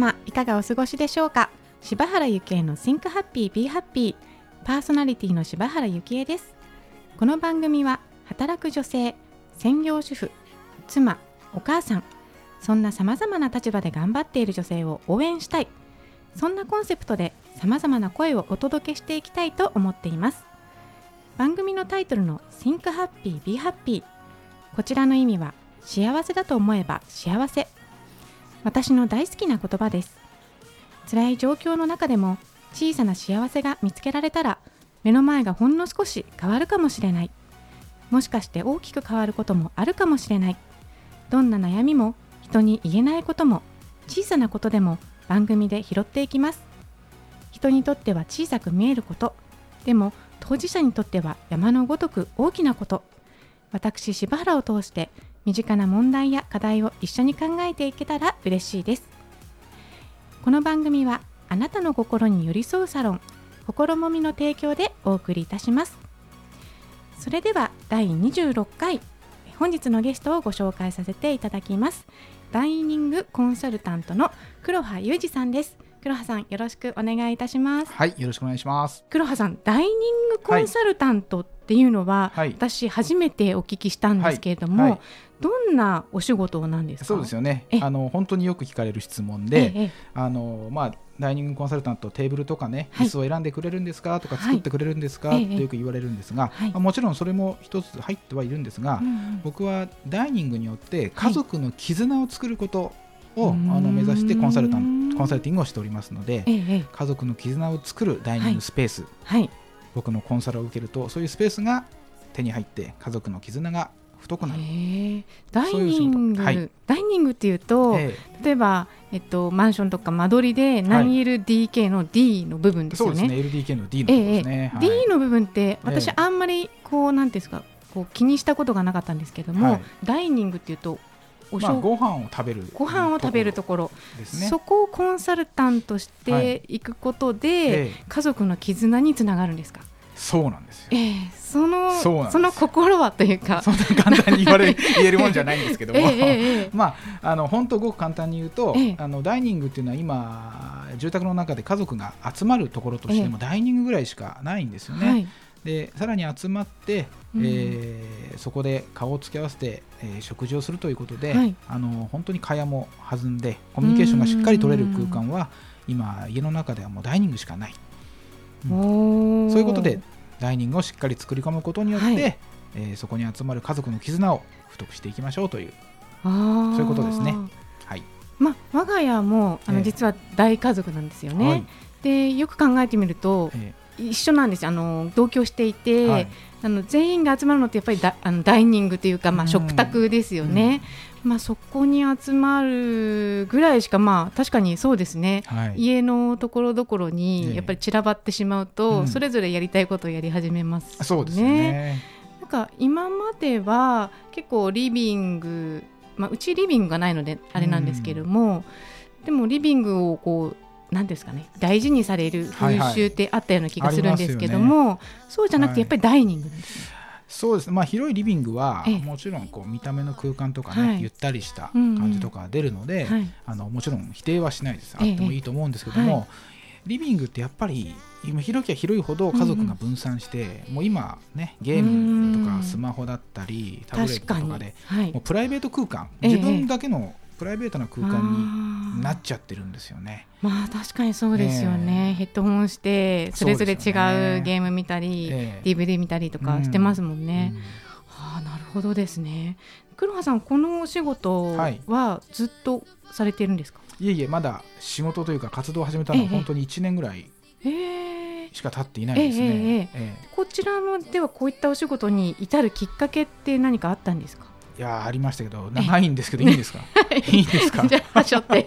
様いかがお過ごしでしょうか。柴原幸恵の Think Happy Be Happy、 パーソナリティの柴原幸恵です。この番組は働く女性、専業主婦、妻、お母さん、そんなさまざまな立場で頑張っている女性を応援したい、そんなコンセプトでさまざまな声をお届けしていきたいと思っています。番組のタイトルの Think Happy Be Happy、 こちらの意味は幸せだと思えば幸せ。私の大好きな言葉です。辛い状況の中でも小さな幸せが見つけられたら、目の前がほんの少し変わるかもしれない。もしかして大きく変わることもあるかもしれない。どんな悩みも人に言えないことも、小さなことでも番組で拾っていきます。人にとっては小さく見えること、でも当事者にとっては山のごとく大きなこと。私柴原を通して身近な問題や課題を一緒に考えていけたら嬉しいです。この番組はあなたの心に寄り添うサロン、心もみの提供でお送りいたします。それでは第26回、本日のゲストをご紹介させていただきます。ダイニングコンサルタントの黒羽裕二さんです。黒羽さん、よろしくお願いいたします。 はい、よろしくお願いします。 黒羽さん、ダイニングコンサルタントっていうのは、 はい、 私初めてお聞きしたんですけれども、どんなお仕事なんですか？ そうですよね。本当によく聞かれる質問で、ダイニングコンサルタント、テーブルとかね、椅子を選んでくれるんですかとか、作ってくれるんですかってよく言われるんですが、もちろんそれも一つ入ってはいるんですが、僕はダイニングによって家族の絆を作ることを目指してコンサルティングをしておりますので、家族の絆を作るダイニングスペース、僕のコンサルを受けるとそういうスペースが手に入って家族の絆が太くなる。 ダイニングっていうと、例えば、マンションとか間取りで何 LDK の D の部分ですよね。 そうですね、LDK の D の部分ですね。 D の部分って私あんまりなんていうんですか、気にしたことがなかったんですけども、ダイニングっていうとご飯を食べるところですね。そこをコンサルタントしていくことで、家族の絆につながるんですか？ そうなんですよ。 その心はというか、 そんな簡単に言えるもんじゃないんですけども本当ごく簡単に言うと、ダイニングっていうのは今住宅の中で家族が集まるところとしてもダイニングぐらいしかないんですよね。でさらに集まって、そこで顔を突き合わせて、食事をするということで、本当に会話も弾んでコミュニケーションがしっかり取れる空間は今家の中ではもうダイニングしかない、そういうことでダイニングをしっかり作り込むことによって、そこに集まる家族の絆を太くしていきましょうという、そういうことですね。 我が家も実は大家族なんですよね。でよく考えてみると、一緒なんですよ。同居していて、全員が集まるのってやっぱりダイニングというか、食卓ですよね。そこに集まるぐらいしか、確かにそうですね、家のところどころにやっぱり散らばってしまうと、それぞれやりたいことをやり始めますね。 そうですね。 なんか今までは結構リビング、うちリビングがないのであれなんですけども、でもリビングを何ですかね、大事にされる風習ってあったような気がするんですけども、そうじゃなくてやっぱりダイニングなんですね。 そうですね。広いリビングはもちろん見た目の空間とかね、ゆったりした感じとか出るので、もちろん否定はしないです。あってもいいと思うんですけども、リビングってやっぱり今広きゃ広いほど家族が分散して、もう今ね、ゲームとかスマホだったりタブレットとかで、もうプライベート空間、自分だけのプライベートな空間になっちゃってるんですよね。 確かにそうですよね。ヘッドホンしてそれぞれ違うゲーム見たり、DVD 見たりとかしてますもんね。なるほどですね。黒羽さん、このお仕事はずっとされているんですか？ いえいえ、まだ仕事というか活動を始めたのは本当に1年ぐらいしか経っていないですね。 こちらのではこういったお仕事に至るきっかけって何かあったんですか？ いや、ありましたけど、長いんですけどいいんですか？いいんですか？ じゃあはしょって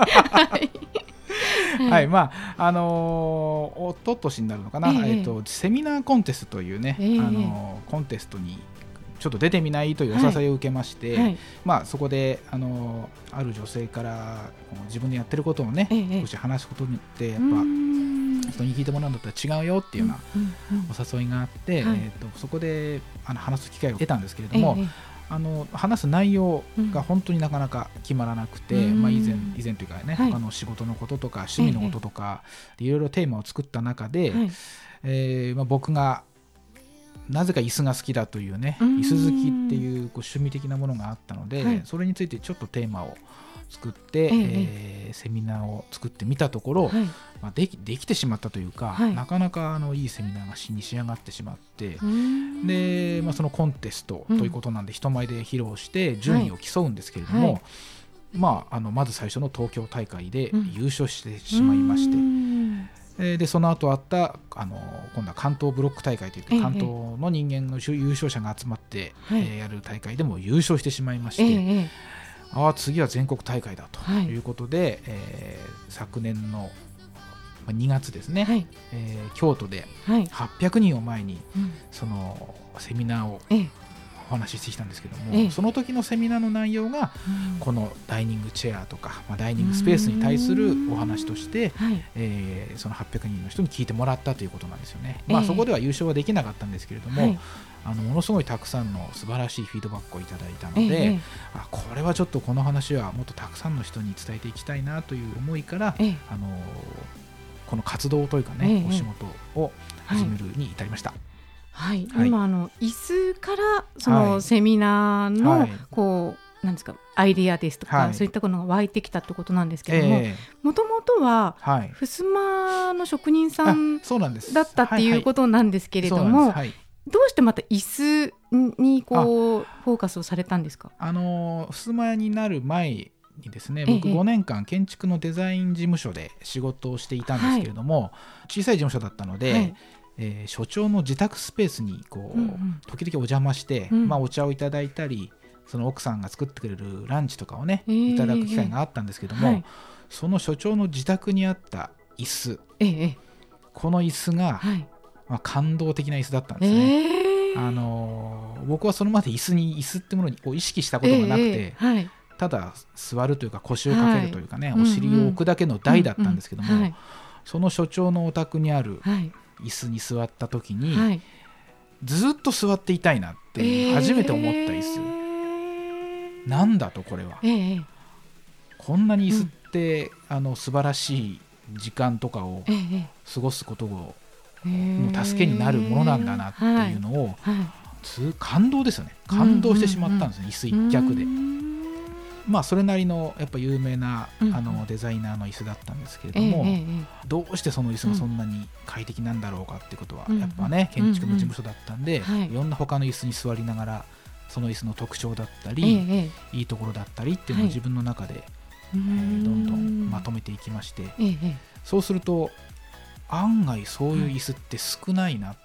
おととしになるのかな、セミナーコンテストというね、コンテストにちょっと出てみないというお誘いを受けまして、そこである女性から自分でやってることをね、少し話すことによってやっぱ人に聞いてもらうんだったら違うよっていうようなお誘いがあって、そこで話す機会を得たんですけれども、 話す内容が本当になかなか決まらなくて、以前というかね、他の仕事のこととか趣味のこととか、いろいろテーマを作った中で、僕がなぜか椅子が好きだというね、椅子好きっていう趣味的なものがあったので、それについてちょっとテーマを作って、セミナーを作ってみたところ、できてしまったというか、なかなかいいセミナーに仕上がってしまって、で、そのコンテストということなんで、人前で披露して順位を競うんですけれども、まず最初の東京大会で優勝してしまいまして、でその後あった今度は関東ブロック大会といって、関東の人間の優勝者が集まって、やる大会でも優勝してしまいまして、次は全国大会だということで、昨年の2月ですね、京都で800人を前にそのセミナーをお話ししてきたんですけども、その時のセミナーの内容がこのダイニングチェアとか、ダイニングスペースに対するお話として、その800人の人に聞いてもらったということなんですよね。そこでは優勝はできなかったんですけれども、ものすごいたくさんの素晴らしいフィードバックをいただいたので、これはちょっとこの話はもっとたくさんの人に伝えていきたいなという思いから、この活動というかね、お仕事を始めるに至りました。 今椅子からそのセミナーのなんですか、アイデアですとか、そういったことが湧いてきたってことなんですけども、もともとは襘の職人さんだったっていうことなんですけれども、どうしてまた椅子にフォーカスをされたんですか？ 襘屋になる前にですね、僕5年間建築のデザイン事務所で仕事をしていたんですけれども、小さい事務所だったので、所長の自宅スペースに時々お邪魔して、お茶をいただいたり、その奥さんが作ってくれるランチとかをね、いただく機会があったんですけども、その所長の自宅にあった椅子、この椅子が、感動的な椅子だったんですね。僕はそのまで椅子ってものを意識したことがなくて、ただ座るというか腰をかけるというかね、お尻を置くだけの台だったんですけども、その所長のお宅にある椅子に座った時に、ずっと座っていたいなって初めて思った椅子、なんだとこれは、こんなに椅子って、素晴らしい時間とかを過ごすことの助けになるものなんだなっていうのを、感動ですよね。感動してしまったんですね、椅子一脚で。それなりのやっぱ有名なデザイナーの椅子だったんですけれども、どうしてその椅子がそんなに快適なんだろうかっていうことは、やっぱね、建築の事務所だったんで、いろんな他の椅子に座りながら、その椅子の特徴だったり、いいところだったりっていうのを自分の中でどんどんまとめていきまして、そうすると案外そういう椅子って少ないな、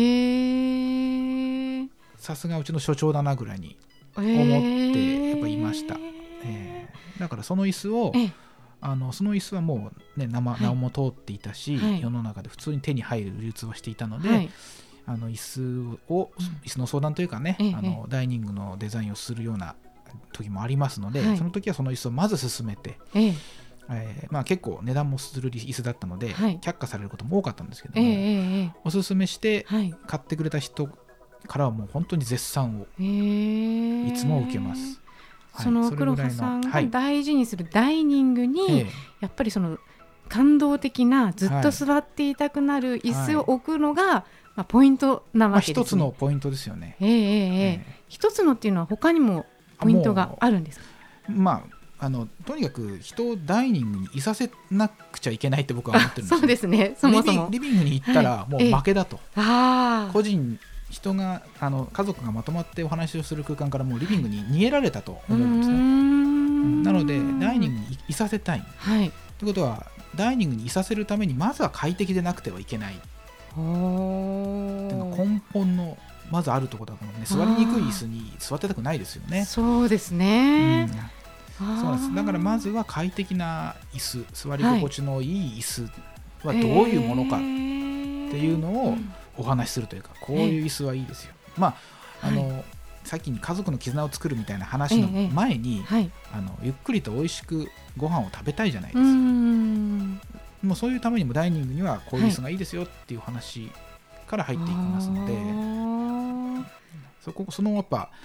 さすがうちの所長だなぐらいに思ってやっぱいました。だからその椅子を、その椅子はもう、名も通っていたし、世の中で普通に手に入る流通をしていたので、椅子の相談というかね、ダイニングのデザインをするような時もありますので、その時はその椅子をまず進めて、結構値段もする椅子だったので、却下されることも多かったんですけども、おすすめして買ってくれた人からはもう本当に絶賛をいつも受けます。 その黒羽さんが大事にするダイニングに、やっぱりその感動的なずっと座っていたくなる椅子を置くのが、ポイントなわけですね。一つのポイントですよね。 一つのっていうのは他にもポイントがあるんですか？ とにかく人をダイニングにいさせなくちゃいけないって僕は思ってるんですよ。 そうですね。そもそもリビングに行ったらもう負けだと、人が家族がまとまってお話をする空間からもうリビングに逃げられたと思うんですね。なのでダイニングにいさせたい、ということはダイニングにいさせるためにまずは快適でなくてはいけないっていうのが根本のまずあるところだと思うので、座りにくい椅子に座ってたくないですよね。 そうですね、 そうなんです。だからまずは快適な椅子、座り心地のいい椅子はどういうものかっていうのをお話しするというか、こういう椅子はいいですよ。さっきに家族の絆を作るみたいな話の前に、ゆっくりと美味しくご飯を食べたいじゃないですか。もうそういうためにもダイニングにはこういう椅子がいいですよっていう話から入っていきますので、そのやっぱ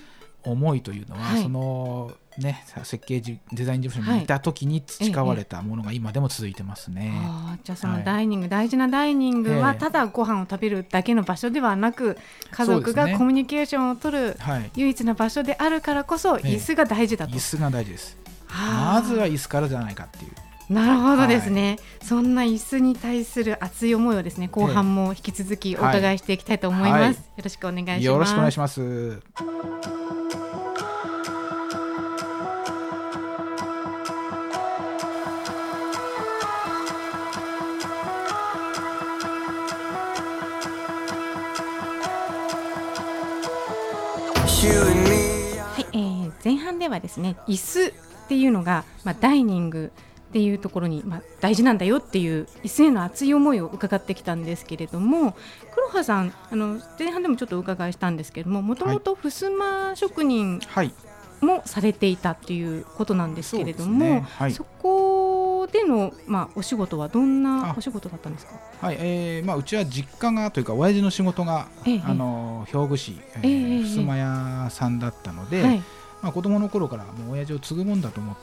思いというのは、そのね、設計デザイン事務所にいた時に培われたものが今でも続いてますね。 じゃあそのダイニング、大事なダイニングはただご飯を食べるだけの場所ではなく、家族がコミュニケーションを取る唯一の場所であるからこそ、椅子が大事だと。 椅子が大事です。まずは椅子からじゃないかっていう。 なるほどですね、そんな椅子に対する熱い思いをですね、後半も引き続きお伺いしていきたいと思います。よろしくお願いします。 よろしくお願いします。 前半ではですね、椅子っていうのが、ダイニングっていうところに、大事なんだよっていう椅子への熱い思いを伺ってきたんですけれども、黒羽さん、前半でもちょっとお伺いしたんですけれども、もともと襖職人もされていたっていうことなんですけれども、そこでの、お仕事はどんなお仕事だったんですか？ うちは実家がというか親父の仕事が、兵庫市、襖屋さんだったので、子供の頃からもう親父を継ぐもんだと思って、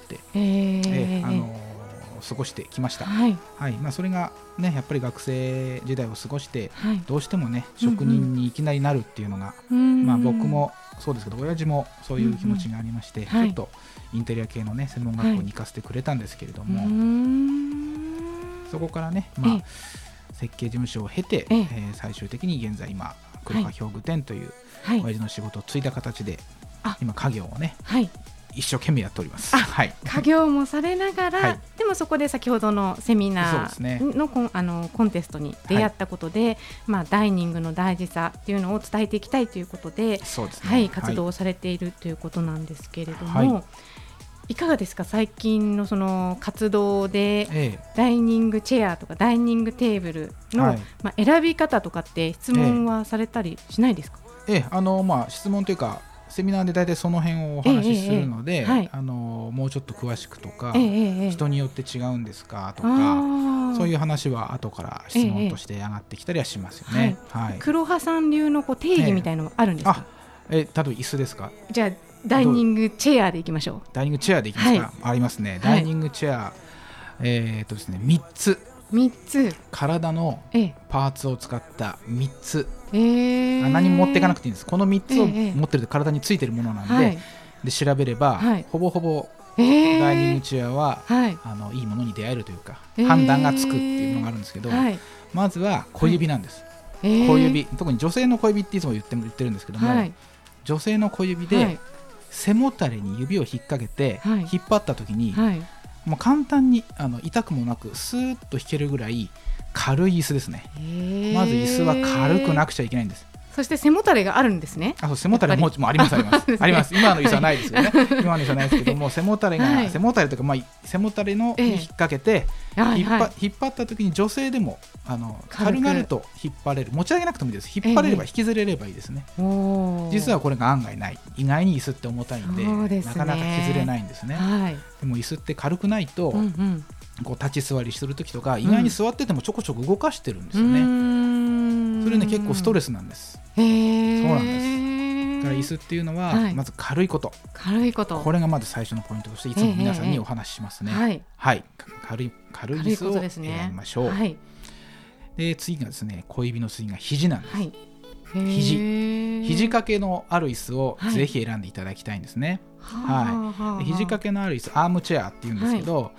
過ごしてきました。それがね、やっぱり学生時代を過ごして、どうしてもね、職人にいきなりなるっていうのが、僕もそうですけど親父もそういう気持ちがありまして、ちょっとインテリア系のね専門学校に行かせてくれたんですけれども、そこからね、設計事務所を経て、最終的に現在今黒羽表具店という親父の仕事を継いだ形で、今家業をね、一生懸命やっております。 家業もされながら、でもそこで先ほどのセミナーのコンテストに出会ったことで、ダイニングの大事さっていうのを伝えていきたいということで、活動をされているということなんですけれども、いかがですか、最近のその活動で、ダイニングチェアとかダイニングテーブルの、選び方とかって質問はされたりしないですか？ 質問というかセミナーで大体その辺をお話しするので、もうちょっと詳しくとか、人によって違うんですかとか、そういう話は後から質問として上がってきたりはしますよね。 黒羽さん流の定義みたいなのあるんですか？ 例えば椅子ですか？ じゃあダイニングチェアでいきましょう。 ダイニングチェアでいきますか？ありますね。ダイニングチェア、ですね、3つ体のパーツを使った3つ、何も持っていかなくていいんです。この3つを持ってると体についてるものなんで、で調べれば、ほぼほぼダイニングチェアは、いいものに出会えるというか、判断がつくっていうのがあるんですけど、まずは小指なんです。小指、特に女性の小指っていつも言ってるんですけども、女性の小指で背もたれに指を引っ掛けて、引っ張った時に、もう簡単に痛くもなくスーッと引けるぐらい軽い椅子ですね。まず椅子は軽くなくちゃいけないんです。 そして背もたれがあるんですね。 背もたれもありますあります。今の椅子はないですよね。今の椅子はないですけども、背もたれというか、背もたれのに引っ掛けて、引っ張った時に女性でも軽々と引っ張れる、持ち上げなくてもいいです。引っ張れれば引きずれればいいですね。実はこれが案外ない。意外に椅子って重たいんで、なかなか引きずれないんですね。でも椅子って軽くないと、こう立ち座りする時とか意外に座っててもちょこちょこ動かしてるんですよね。それね、結構ストレスなんです。そうなんです。だから椅子っていうのは、まず軽いこと、これがまず最初のポイントとしていつも皆さんにお話ししますね。軽い椅子を選びましょう。で次がですね、小指の次が肘なんです。肘掛けのある椅子をぜひ選んでいただきたいんですね。肘掛けのある椅子、アームチェアっていうんですけど、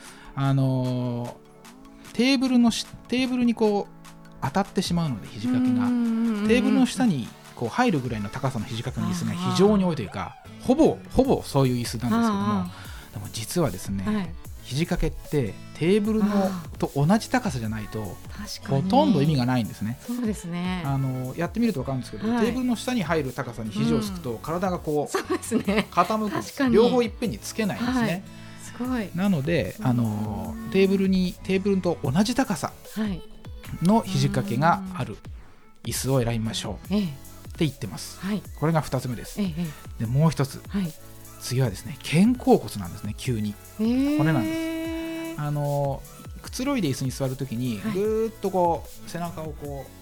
テーブルにこう当たってしまうので、肘掛けがテーブルの下にこう入るぐらいの高さの肘掛けの椅子が非常に多いというか、ほぼそういう椅子なんですけども、でも実はですね、肘掛けってテーブルのと同じ高さじゃないとほとんど意味がないんですね。 そうですね。 やってみると分かるんですけど、テーブルの下に入る高さに肘をつくと、体がこう傾く、両方いっぺんにつけないんですね。なのでテーブルと同じ高さの肘掛けがある椅子を選びましょうって言ってます。これが2つ目です。でもう一つ、次はですね、肩甲骨なんですね。急にこれなんです。くつろいで椅子に座るときにぐーっとこう背中をこ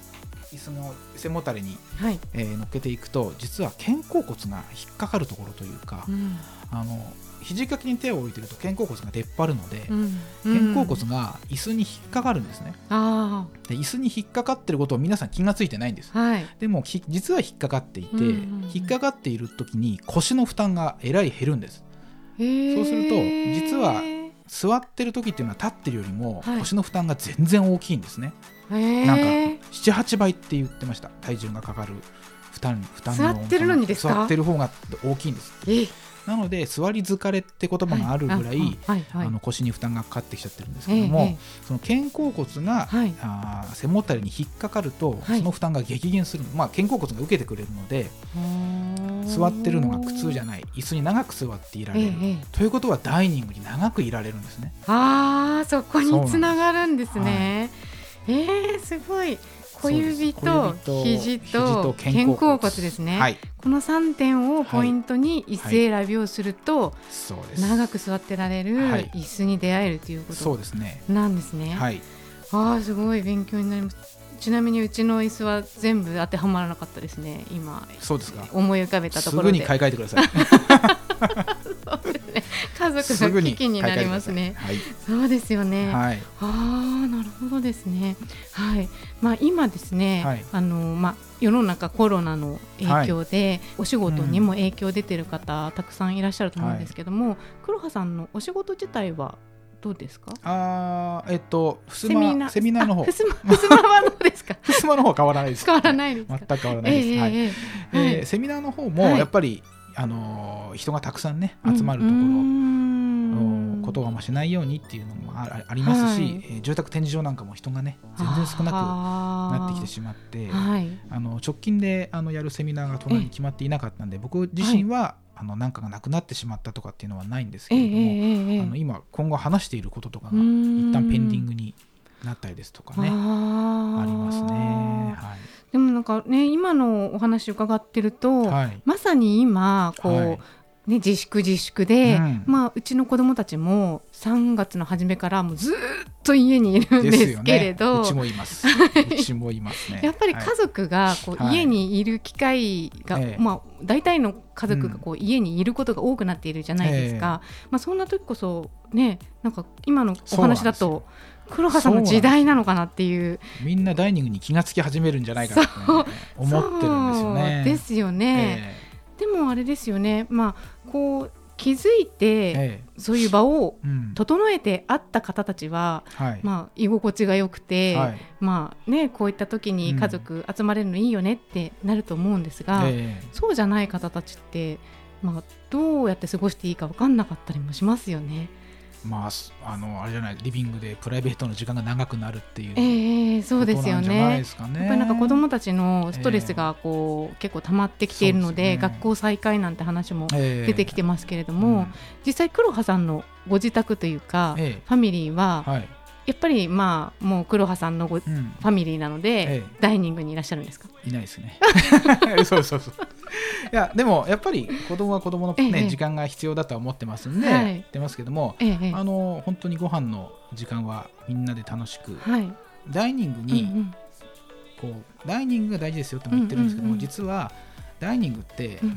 椅子の背もたれに、 はい乗っけていくと、実は肩甲骨が引っかかるところというか、肘掛けに手を置いてると肩甲骨が出っ張るので、肩甲骨が椅子に引っかかるんですね。で椅子に引っかかってることを皆さん気がついてないんです、でも実は引っかかっていて、引っかかっている時に腰の負担がえらい減るんです。そうすると実は座ってる時っていうのは立ってるよりも腰の負担が全然大きいんですね、なんか 7,8 倍って言ってました。体重がかかる負担の座ってるのにですか？ 座ってる方が大きいんです。なので座り疲れって言葉があるぐらい、腰に負担がかかってきちゃってるんですけども、その肩甲骨が、背もたれに引っかかると、その負担が激減する、肩甲骨が受けてくれるので、座ってるのが苦痛じゃない、椅子に長く座っていられる、ということはダイニングに長くいられるんですね。 そこにつながるんですね。すごい。小指と肘と肩甲骨ですね、この3点をポイントに椅子選びをすると、長く座ってられる椅子に出会えるということなんですね。すごい勉強になります。ちなみにうちの椅子は全部当てはまらなかったですね。今そうですか。 思い浮かべたところですぐに買い替えてくださいそうですね、家族が危機になりますね。そうですよね、なるほどですね。今ですね、世の中コロナの影響で、お仕事にも影響出てる方、たくさんいらっしゃると思うんですけども、黒羽さんのお仕事自体はどうですか？ セミナーの方ふすまはどうですか？ ふすまの方は変わらないです。 変わらないですか？ 全く変わらないです。セミナーの方もやっぱり、人がたくさんね集まるところ、ことがしないようにっていうのもありますし、住宅展示場なんかも人がね全然少なくなってきてしまって、直近でやるセミナーが隣に決まっていなかったんで、僕自身はなんかがなくなってしまったとかっていうのはないんですけれども、今後話していることとかが一旦ペンディングになったりですとかね、ありますね。 でもなんかね、今のお話伺ってると、まさに今自粛で、うちの子どもたちも3月の初めからもうずっと家にいるんですけれど、 うちもいますね。 やっぱり家族が家にいる機会が、大体の家族が家にいることが多くなっているじゃないですか。そんな時こそね、なんか今のお話だと黒羽さんの時代なのかなっていう、 みんなダイニングに気がつき始めるんじゃないかなって思ってるんですよね。 ですよね。でもあれですよね、気づいて、そういう場を整えてあった方たちは、居心地が良くて、こういった時に家族集まれるのいいよねってなると思うんですが、そうじゃない方たちって、どうやって過ごしていいか分かんなかったりもしますよね。 あれじゃない、リビングでプライベートの時間が長くなるっていうそうですよね。やっぱりなんか子どもたちのストレスが結構溜まってきているので、学校再開なんて話も出てきてますけれども、実際黒羽さんのご自宅というか、ファミリーは、やっぱりもう黒羽さんのファミリーなので、ダイニングにいらっしゃるんですか？ いないですねそういやでもやっぱり子供は子供の、時間が必要だとは思ってますんで、言ってますけども、本当にご飯の時間はみんなで楽しく、ダイニングに、ダイニングが大事ですよっても言ってるんですけども、実はダイニングって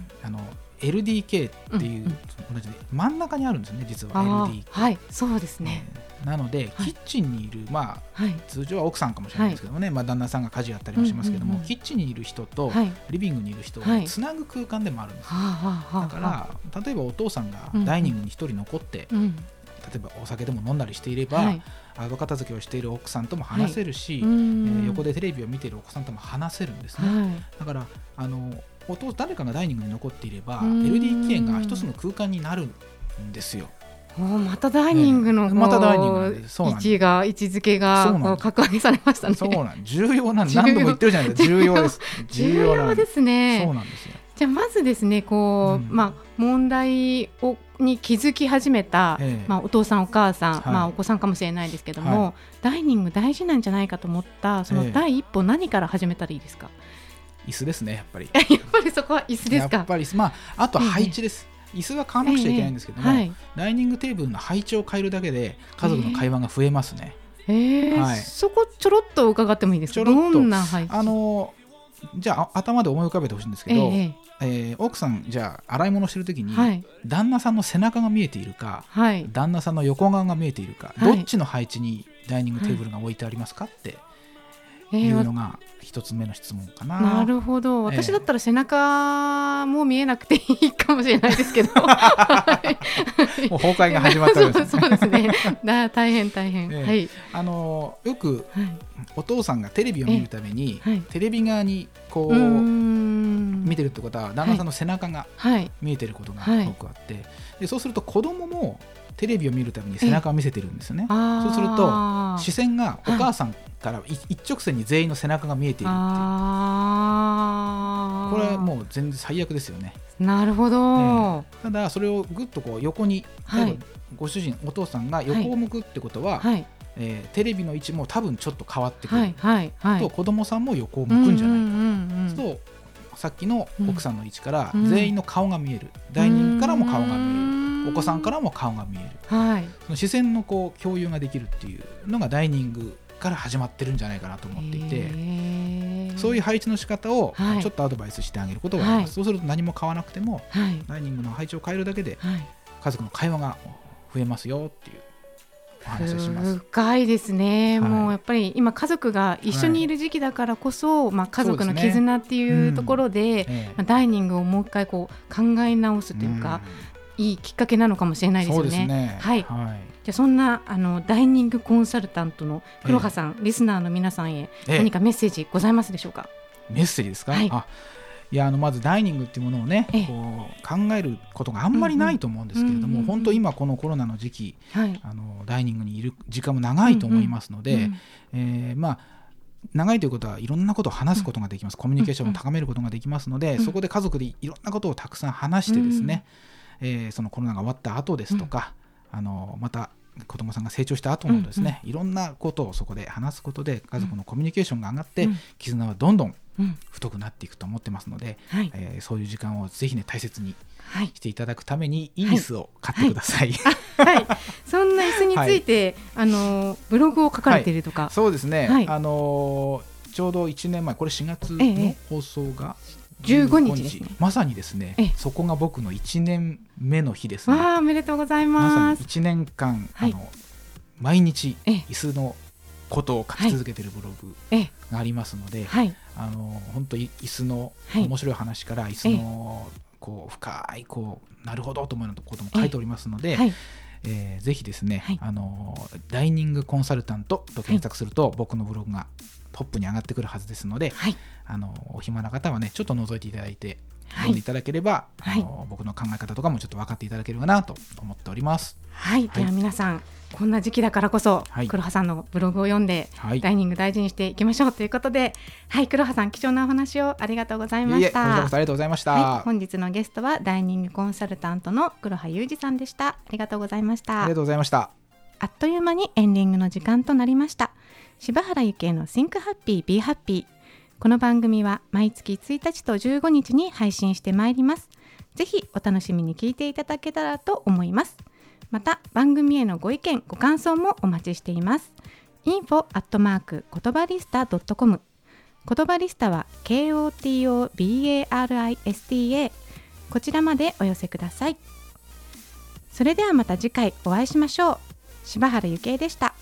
、LDK っていう、同じで真ん中にあるんですよね、実は LDK。 そうですね。 なので、キッチンにいる、通常は奥さんかもしれないですけどもね、旦那さんが家事やったりもしますけども、キッチンにいる人とリビングにいる人をつなぐ空間でもあるんですよ。だから例えばお父さんがダイニングに一人残って、例えばお酒でも飲んだりしていれば、後片付けをしている奥さんとも話せるし、横でテレビを見ているお子さんとも話せるんですね。だから誰かがダイニングに残っていれば、LDK が一つの空間になるんですよ。 またダイニングの位置づけが格上げされましたね。 そうなん重要なん、何度も言ってるじゃないですか。重要です。 重要ですね。 そうなんですよ。 じゃあまずですね、問題に気づき始めた、お父さんお母さん、お子さんかもしれないですけども、ダイニング大事なんじゃないかと思ったその第一歩、何から始めたらいいですか？ 椅子ですね、やっぱり。 やっぱりそこは椅子ですか？ やっぱりあとは配置です。椅子は買わなくちゃいけないんですけども、ダイニングテーブルの配置を変えるだけで家族の会話が増えますね。 はい、 そこちょろっと伺ってもいいですか。どんな配置？ じゃあ頭で思い浮かべてほしいんですけど、奥さんじゃあ洗い物してる時に、旦那さんの背中が見えているか、旦那さんの横側が見えているか、どっちの配置にダイニングテーブルが置いてありますかっていうのが一つ目の質問かな。 なるほど。私だったら背中も見えなくていいかもしれないですけどもう崩壊が始まったんですね。 そうですね。大変、はい、 よく、お父さんがテレビを見るために、テレビ側にこう見てるってことは旦那さんの背中が見えてることが多くあって、でそうすると子供もテレビを見るために背中を見せてるんですよね。そうすると視線がお母さんから一直線に全員の背中が見えているっていう、これはもう全然最悪ですよね。 なるほど。 ただそれをぐっとこう横に、ご主人お父さんが横を向くってことは、テレビの位置も多分ちょっと変わってくる、と子供さんも横を向くんじゃないか、そうさっきの奥さんの位置から全員の顔が見える、ダイニングからも顔が見える、お子さんからも顔が見える、その視線のこう共有ができるっていうのがダイニングから始まってるんじゃないかなと思っていて、そういう配置の仕方をちょっとアドバイスしてあげることがあります。そうすると何も買わなくても、ダイニングの配置を変えるだけで、家族の会話が増えますよっていうお話をします。 深いですね。もうやっぱり今家族が一緒にいる時期だからこそ、家族の絆っていうところで、ダイニングをもう一回こう考え直すというか、いいきっかけなのかもしれないですよね。 そうですね。 じゃあそんなダイニングコンサルタントの黒羽さん、リスナーの皆さんへ何かメッセージございますでしょうか。 メッセージですか。いやまずダイニングっていうものをね、こう考えることがあんまりないと思うんですけれども、本当今このコロナの時期、ダイニングにいる時間も長いと思いますので、長いということはいろんなことを話すことができます。コミュニケーションを高めることができますので、そこで家族でいろんなことをたくさん話してですね、そのコロナが終わった後ですとか、また子どもさんが成長した後もですね、いろんなことをそこで話すことで家族のコミュニケーションが上がって、絆はどんどん太くなっていくと思ってますので、そういう時間をぜひね大切にしていただくために、いい椅子を買ってください。 そんな椅子について、ブログを書かれているとか。 そうですね、ちょうど1年前、これ4月の放送が 15日ですね。 まさにですね、そこが僕の1年目の日ですね。 おめでとうございます。 まさに1年間、毎日椅子のことを書き続けているブログがありますので、本当に椅子の面白い話から、椅子のこう深いなるほどと思うようなことも書いておりますので、ぜひですね、ダイニングコンサルタントと検索すると、僕のブログがトップに上がってくるはずですので、お暇な方はねちょっと覗いていただいて読んでいただければ、僕の考え方とかもちょっと分かっていただけるかなと思っております。 では皆さん、こんな時期だからこそ、黒羽さんのブログを読んで、ダイニング大事にしていきましょうということで、黒羽さん貴重なお話をありがとうございました。 こちらこそありがとうございました。 本日のゲストはダイニングコンサルタントの黒羽裕二さんでした。ありがとうございました。 ありがとうございました。 あっという間にエンディングの時間となりました。柴原ゆきえの Think Happy Be Happy。この番組は毎月1日と15日に配信してまいります。ぜひお楽しみに聞いていただけたらと思います。また番組へのご意見ご感想もお待ちしています。info@ 言葉リスタ .com。 言葉リスタは KOTOBARISTA。 こちらまでお寄せください。それではまた次回お会いしましょう。柴原ゆきえでした。